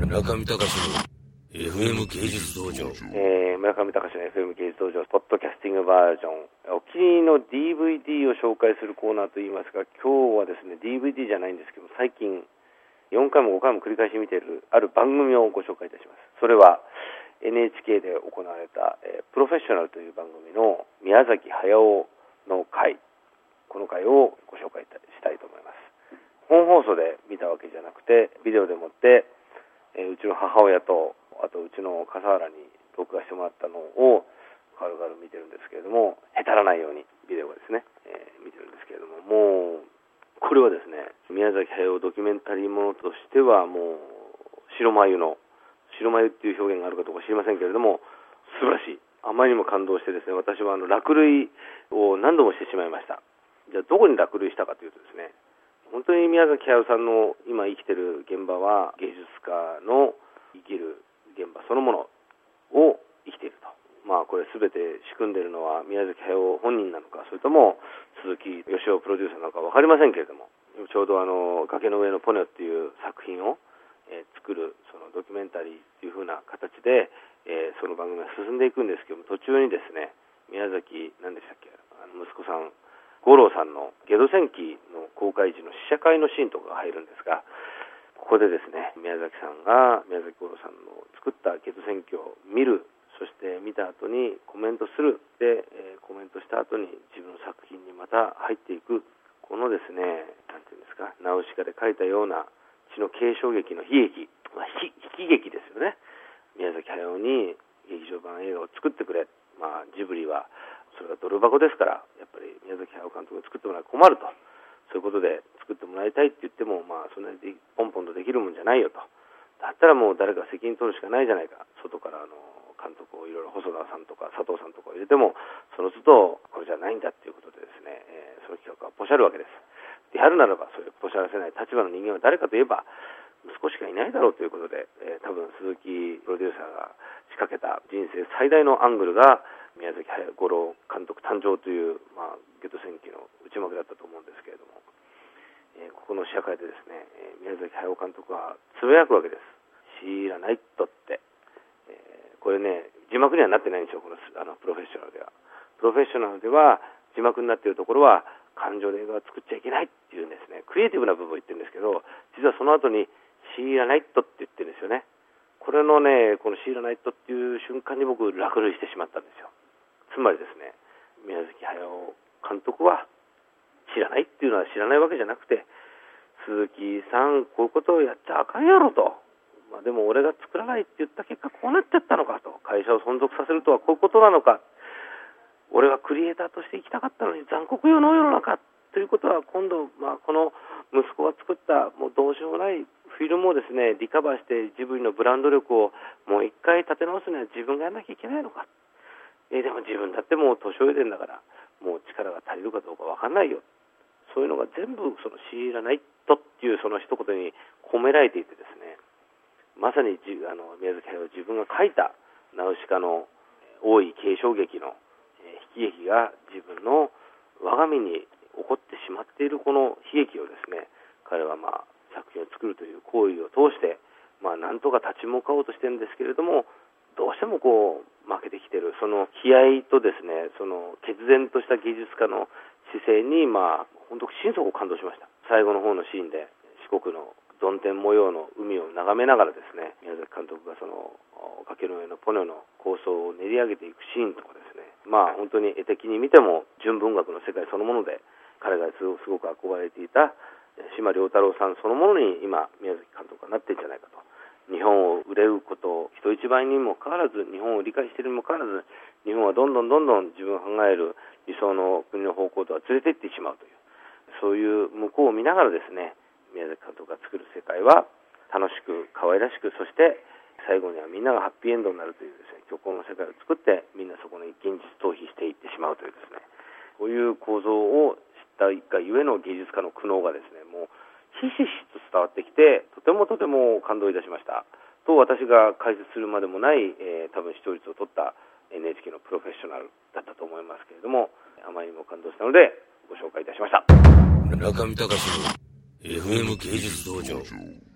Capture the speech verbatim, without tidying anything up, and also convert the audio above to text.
村上隆の エフエム 芸術道場、 えー、村上隆の エフエム 芸術道場ポッドキャスティングバージョン、お気に入りの ディーブイディー を紹介するコーナーといいますか、今日はですね ディーブイディー じゃないんですけど、最近よんかいもごかいも繰り返し見ているある番組をご紹介いたします。それは エヌエイチケー で行われた、えー、プロフェッショナルという番組の宮崎駿の回、この回をご紹介したいと思います。本放送で見たわけじゃなくて、ビデオでもって、えー、うちの母親とあとうちの笠原に録画してもらったのを軽々見てるんですけれども、へたらないようにビデオがですね、えー、見てるんですけれども、もうこれはですね、宮崎駿ドキュメンタリーものとしてはもう白眉の白眉っていう表現があるかどうか知りませんけれども、素晴らしい。あまりにも感動してですね、私はあの落涙を何度もしてしまいました。じゃあどこに落涙したかというとですね、本当に宮崎駿さんの今生きてる現場は芸術家の生きる現場そのものを生きていると。まあこれ全て仕組んでいるのは宮崎駿本人なのか、それとも鈴木義雄プロデューサーなのか分かりませんけれども、ちょうどあの崖の上のポニョっていう作品を、えー、作るそのドキュメンタリーっていう風な形で、えー、その番組が進んでいくんですけども、途中にですね、宮崎何でしたっけ、あの息子さん五郎さんのゲド戦記の公開時の試写会のシーンとかが入るんですが、ここでですね、宮崎さんが宮崎五郎さんの作ったゲド戦記を見る、そして見た後にコメントする、で、えー、コメントした後に自分の作品にまた入っていく、このですね、なんていうんですか、ナウシカで書いたような血の継承劇の悲劇、まあ、悲喜劇ですよね。宮崎駿に劇場版映画を作ってくれ、まあジブリはそれがドル箱ですから、やっぱり宮崎駿監督が作ってもらえば困ると、そういうことで作ってもらいたいって言っても、まあそんなにポンポンとできるもんじゃないよと。だったらもう誰か責任取るしかないじゃないか。外からあの監督をいろいろ細田さんとか佐藤さんとか入れても、その都度これじゃないんだっていうことでですね、えー、その企画はポシャるわけです。であるならば、それをポシャらせない立場の人間は誰かといえば息子しかいないだろうということで、えー、多分鈴木プロデューサーが仕掛けた人生最大のアングルが宮崎五郎監督誕生という、まあ、ゲド戦記の内幕だったと思うんですけれども、えー、ここの試写会でですね、えー、宮崎駿監督はつぶやくわけです。知らないとって、えー、これね、字幕にはなってないんですよ、このあのプロフェッショナルでは。プロフェッショナルでは字幕になっているところは感情で映画を作っちゃいけないっていうんですね、クリエイティブな部分を言ってるんですけど、実はその後に知らないとって言ってるんですよね。これのね、この知らないとっていう瞬間に僕落涙してしまったんですよ。つまりですね、宮崎駿監督は知らないっていうのは知らないわけじゃなくて、鈴木さんこういうことをやっちゃあかんやろと、まあ、でも俺が作らないって言った結果こうなっちゃったのかと、会社を存続させるとはこういうことなのか、俺はクリエイターとして生きたかったのに残酷よの世の中ということは、今度、まあ、この息子が作ったもうどうしようもないフィルムをですねリカバーしてジブリのブランド力をもう一回立て直すには自分がやらなきゃいけないのか、えー、でも自分だってもう年老いてんだからもう力が足りるかどうか分かんないよ、そういうのが全部その知らないとっていうその一言に込められていてですね、まさにじあの宮崎駿自分が書いたナウシカの王位継承劇の悲劇が自分の我が身に起こってしまっているこの悲劇をですね、彼はまあ作品を作るという行為を通して、まあなんとか立ち向かおうとしてるんですけれども、どうしてもこう負けてきているその気合とですね、その決然とした技術家の姿勢にまあ本当心底感動しました。最後の方のシーンで四国の曇天模様の海を眺めながらですね、宮崎監督がその崖の上のポニョの構想を練り上げていくシーンとかですね、まあ本当に絵的に見ても純文学の世界そのもので、彼がすごく憧れていた島良太郎さんそのものに今宮崎監督がなってるんじゃないかと。日本を憂うこと人一倍にもかかわらず、日本を理解しているにもかかわらず、日本はどんどんどんどん自分が考える理想の国の方向とは連れて行ってしまうという、そういう向こうを見ながらですね、宮崎監督が作る世界は楽しく可愛らしく、そして最後にはみんながハッピーエンドになるというですね、虚構の世界を作ってみんなそこに現実逃避していってしまうというですね、こういう構造を知ったがゆえの芸術家の苦悩がですね、もうひしひしと伝わってきて、とてもとても感動いたしましたと、私が解説するまでもない、えー、多分視聴率を取った エヌエイチケー のプロフェッショナルだったと思いますけれども、あまりにも感動したのでご紹介いたしました。 村上隆の エフエム 芸術道場。